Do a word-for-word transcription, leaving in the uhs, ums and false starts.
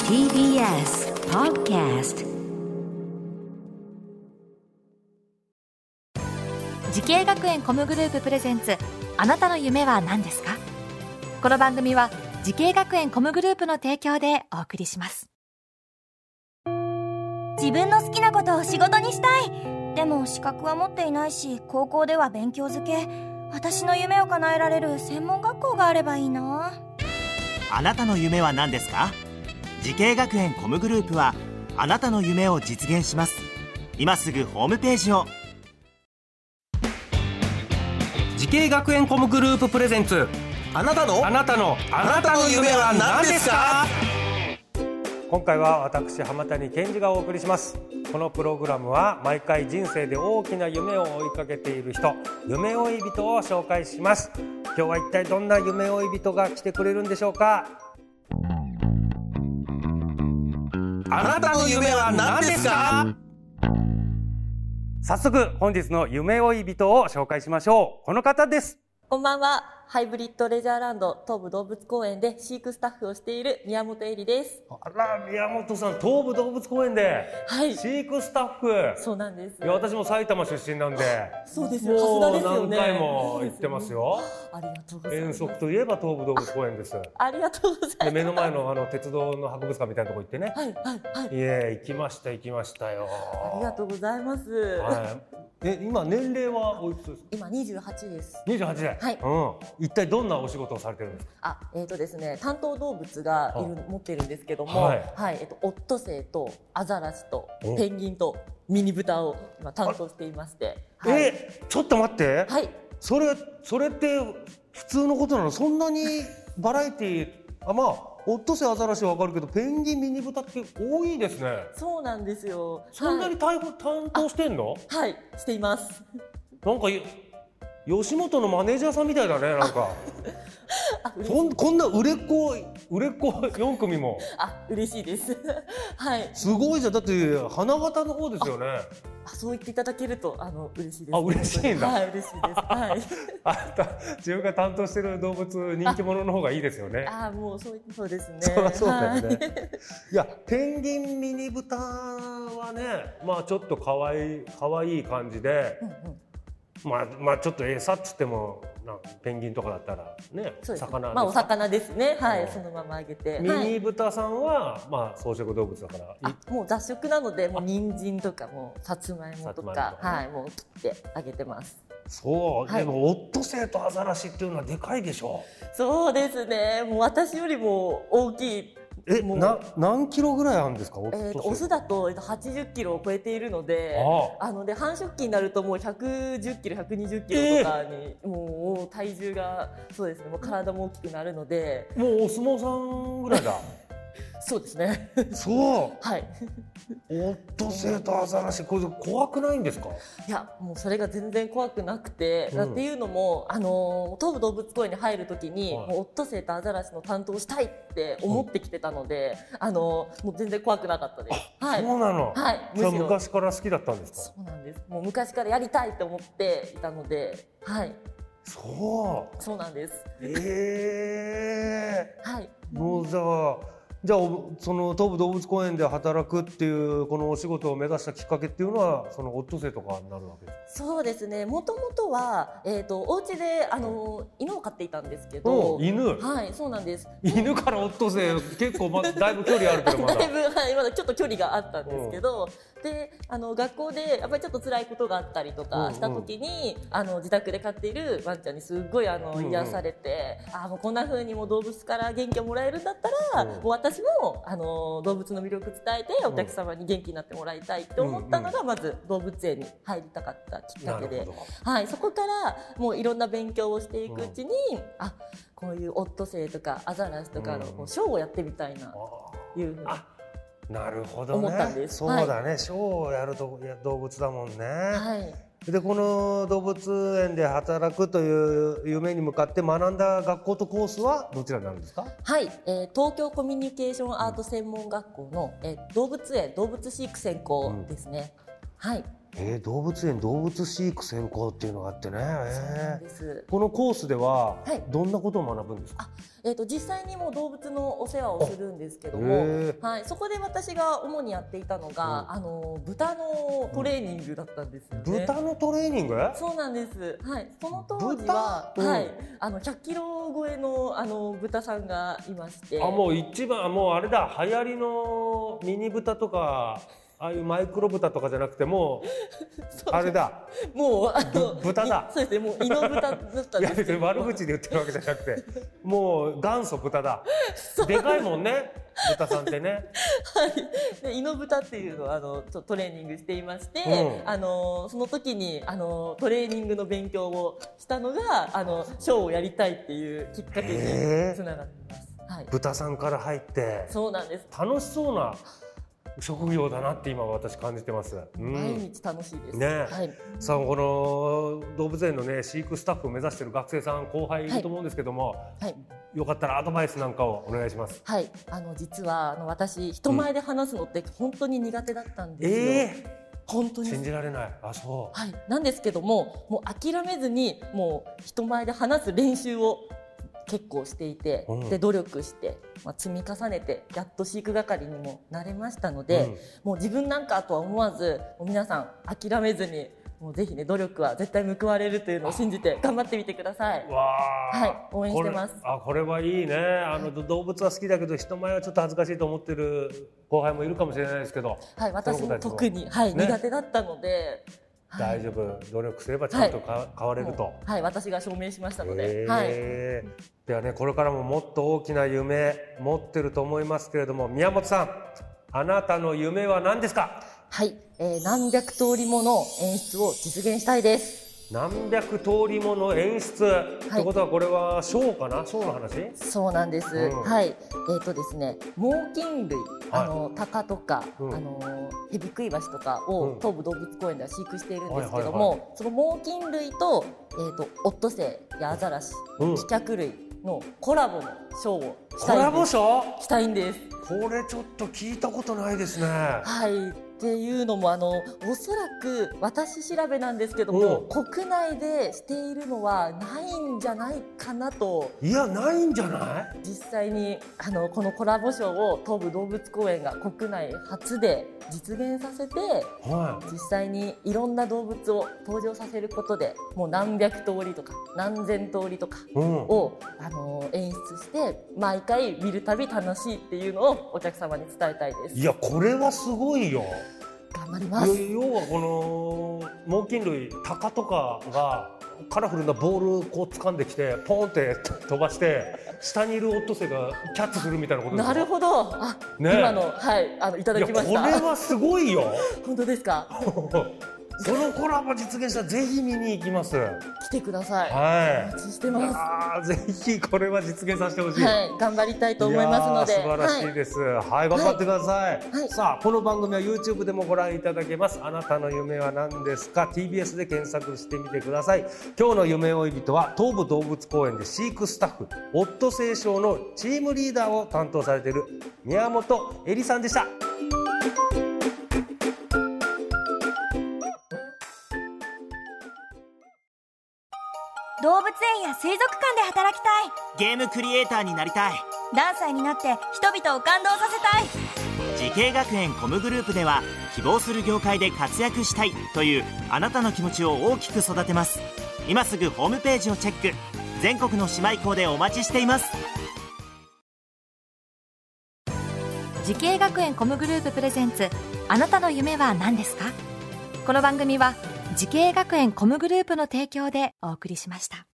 ティービーエス Podcast。 時系学園コムグループプレゼンツ、あなたの夢は何ですか？この番組は時系学園コムグループの提供でお送りします。 自分の好きなことを仕事にしたい。でも資格は持っていないし、高校では勉強づけ。私の夢を叶えられる専門学校があればいいな。 あなたの夢は何ですか？時系学園コムグループはあなたの夢を実現します。今すぐホームページを。 時系学園コムグループプレゼンツ、 あなたのあなたのあなたの夢は何ですか？ 今回は私浜谷健二がお送りします。このプログラムは毎回人生で大きな夢を追いかけている人、夢追い人を紹介します。今日は一体どんな夢追い人が来てくれるんでしょうか？ あなたの夢は何ですか？ 早速本日の夢追い人を紹介しましょう。この方です。 こんばんは。ハイブリッドレジャーランド東武動物公園で飼育スタッフをしている宮本恵里です。 あら、宮本さん、東武動物公園で飼育スタッフ、 はい、そうなんです。 いや、私も埼玉出身なんで、 そうですよ、さすがですよね。 何回も行ってますよ。 ありがとうございます。 遠足といえば東武動物公園です。 あ, ありがとうございます。 で目の前のあの鉄道の博物館みたいなとこ行ってね、 はいはいはい、 いえ、行きました行きましたよ。 ありがとうございます、 はい、え今年齢はおいくつですか？ 今にじゅうはちです。 にじゅうはちで、 はい、 うん、一体どんなお仕事をされてるんですか？ あ、えーとですね、担当動物がいる、持っているんですけども、 はいはい、えっとオットセイとアザラシとペンギンとミニブタを今担当していまして、はい、 えちょっと待って、 はい、 それそれって普通のことなの？そんなにバラエティーあ、まあオットセイアザラシはわかるけど、ペンギンミニブタって多いですね。 そうなんですよ。 そんなに担当してんの？ はい、しています。 なんか吉本のマネージャーさんみたいだね、なんかそんこんな売れっ子売れっ子よん組も。 あ、嬉しいですはい、 すごいじゃん。だって花形の方ですよね。 あ、そう言っていただけるとあの嬉しいです。 あ、嬉しいんだ。 はい、嬉しいです。はいあなた自分が担当している動物人気者の方がいいですよね。 ああ、もうそうそうですね。 そりゃそうだよね、 はい、 いや、ペンギンミニブタはね、まあちょっと可愛い可愛い感じで、うんうん、まあまあちょっと餌っつってもなペンギンとかだったらね、魚ですか？ まあお魚ですね。はい、うん、そのままあげて。 ミニブタさんは、はい、まあ草食動物だから、 あ、もう雑食なので、もう人参とかもさつまいもとか、とかね、はい、もう切ってあげてます。 そう、 はい、 でもオットセイとアザラシっていうのはでかいでしょ？ そうですね。もう私よりも大きい。 え、な何キロぐらいあるんですか？ えー、とオスだとはちじゅっキロを超えているので、ああので繁殖期になるともうひゃくじゅっキロひゃくにじゅっキロとかに、えー、もう体重がそうですね、もう体も大きくなるので、 もうお相撲さんぐらいだそうですねそうはいオットセイとアザラシ、これ怖くないんですか？ いや、もうそれが全然怖くなくて、うん、っていうのも、あの東武動物公園に入るときに、はい、もうオットセイとアザラシの担当をしたいって思ってきてたので、うん、あのもう全然怖くなかったです。はい、 そうなの？ はい、 むしろ昔から好きだったんですか？ そうなんです。もう昔からやりたいって思っていたので、はい。 そうそうなんです。 えー、 はい。 もうじゃあじゃあその東武動物公園で働くっていうこのお仕事を目指したきっかけっていうのは、そのオットセイとかになるわけですか？ そうですね。もともとは、えーと、お家であの犬を飼っていたんですけど、 犬、 はい、そうなんです。 犬からオットセイ結構、ま、だいぶ距離あるけどまだだいぶ、はい、まだちょっと距離があったんですけど、であの学校でやっぱりちょっと辛いことがあったりとかした時に、うんうん、あの自宅で飼っているワンちゃんにすごいあの、うんうん、癒されて、あ、もうこんな風にも動物から元気をもらえるんだったら、うん、もう私もあの動物の魅力伝えてお客様に元気になってもらいたいって思ったのが、まず動物園に入りたかったきっかけで、はい、そこからもういろんな勉強をしていくうちに、うん、あ、こういうオットセイとかアザラシとかのこうショーをやってみたいなというふうに、 なるほどね、 思ったんです。 そうだね、はい、ショーをやると動物だもんね、 はい、 でこの動物園で働くという夢に向かって学んだ学校とコースはどちらになるんですか？ はい、えー、東京コミュニケーションアート専門学校の、えー、動物園動物飼育専攻ですね、うん、はい。 えー、動物園動物飼育専攻っていうのがあってね、えー、 そうなんです。 このコースでははいどんなことを学ぶんですか？ あえー、と実際にも動物のお世話をするんですけども、はい、そこで私が主にやっていたのが、うん、あの豚のトレーニングだったんですよね。 豚のトレーニング？ そうなんです、はい、その当時は、うんはい、あのひゃっキロ超え の, あの豚さんがいまして、 あもう一番もうあれだ、流行りのミニ豚とかああいうマイクロ豚とかじゃなくてもうあれだ、もうあの豚だ。 そうですね、もうイノ豚だったんですけど。 いや悪口で言ってるわけじゃなくてもう元祖豚だ。でかいもんね豚さんってね。 はい、でイノ豚っていうのをあのちょっとトレーニングしていまして、うん、あのその時にあのトレーニングの勉強をしたのがあのショーをやりたいっていうきっかけにつながっています。はい、 豚さんから入ってそうなんです。 楽しそうな職業だなって今私感じてます、うん、 毎日楽しいですね、 はい、 さあこの動物園のね飼育スタッフを目指している学生さん後輩いると思うんですけども、はいはい、よかったらアドバイスなんかをお願いします。 はい、あの実はあの私人前で話すのって本当に苦手だったんですよ、うんえー、本当に信じられない。あそう、 はい、なんですけどももう諦めずにもう人前で話す練習を結構していて、うん、で努力して、まあ、積み重ねてやっと飼育係にもなれましたので、うん、もう自分なんかとは思わずもう皆さん諦めずにもうぜひね努力は絶対報われるというのを信じて頑張ってみてください。 わはい、応援してます。 これ、あ、これはいいね。あの、はい、動物は好きだけど人前はちょっと恥ずかしいと思ってる後輩もいるかもしれないですけど、 はい、私も特に、はい、ね、苦手だったので大丈夫、努力すればちゃんとか、はい、変われると、 はい、私が証明しましたので、はい、 ではねこれからももっと大きな夢持ってると思いますけれども、宮本さんあなたの夢は何ですか？ はい、えー、何百通りもの演出を実現したいです。 何百通りもの演出、はい、ってことはこれはショーかな？ショーの話？ そうなんです、うん、はい、えーとですね、猛禽類、あの鷹とか、うん、あのヘビクイワシとかを東武動物公園では飼育しているんですけども、はいはいはい、その猛禽類と、えーとオットセイやアザラシ、うん、飛脚類のコラボのショーをしたいんです。コラボショー？したいんです。 これちょっと聞いたことないですね。 はい、っていうのもあのおそらく私調べなんですけども、国内でしているのはないんじゃないかなと。 いやないんじゃない？ 実際にあのこのコラボショーを東武動物公園が国内初で実現させて、はい、実際にいろんな動物を登場させることでもう何百通りとか何千通りとかを、うん、あの演出して毎回見るたび楽しいっていうのをお客様に伝えたいです。 いやこれはすごいよ。 頑張ります。 要はこの猛禽類鷹とかがカラフルなボールをこう掴んできてポーンって飛ばして下にいるオットセイがキャッチするみたいなことですか？ なるほど。あ、ね、今のはいあのいただきました。 いやこれはすごいよ。 本当ですか？ そのコラボ実現したらぜひ見に行きます。 来てください。 はい。 お待ちしてます。 あぜひこれは実現させてほしい。 はい。頑張りたいと思いますので。 素晴らしいです。はい、はい、頑張ってください。はい、さあこの番組は YouTube でもご覧いただけます。あなたの夢は何ですか？ ティービーエス で検索してみてください。今日の夢追い人は東武動物公園で飼育スタッフオットセイショーのチームリーダーを担当されている宮本恵里さんでした。 動物園や水族館で働きたい。 ゲームクリエイターになりたい。 何歳になって人々を感動させたい。 時系学園コムグループでは希望する業界で活躍したいというあなたの気持ちを大きく育てます。今すぐホームページをチェック。全国の姉妹校でお待ちしています。 時系学園コムグループプレゼンツ、あなたの夢は何ですか？この番組は時系学園コムグループの提供でお送りしました。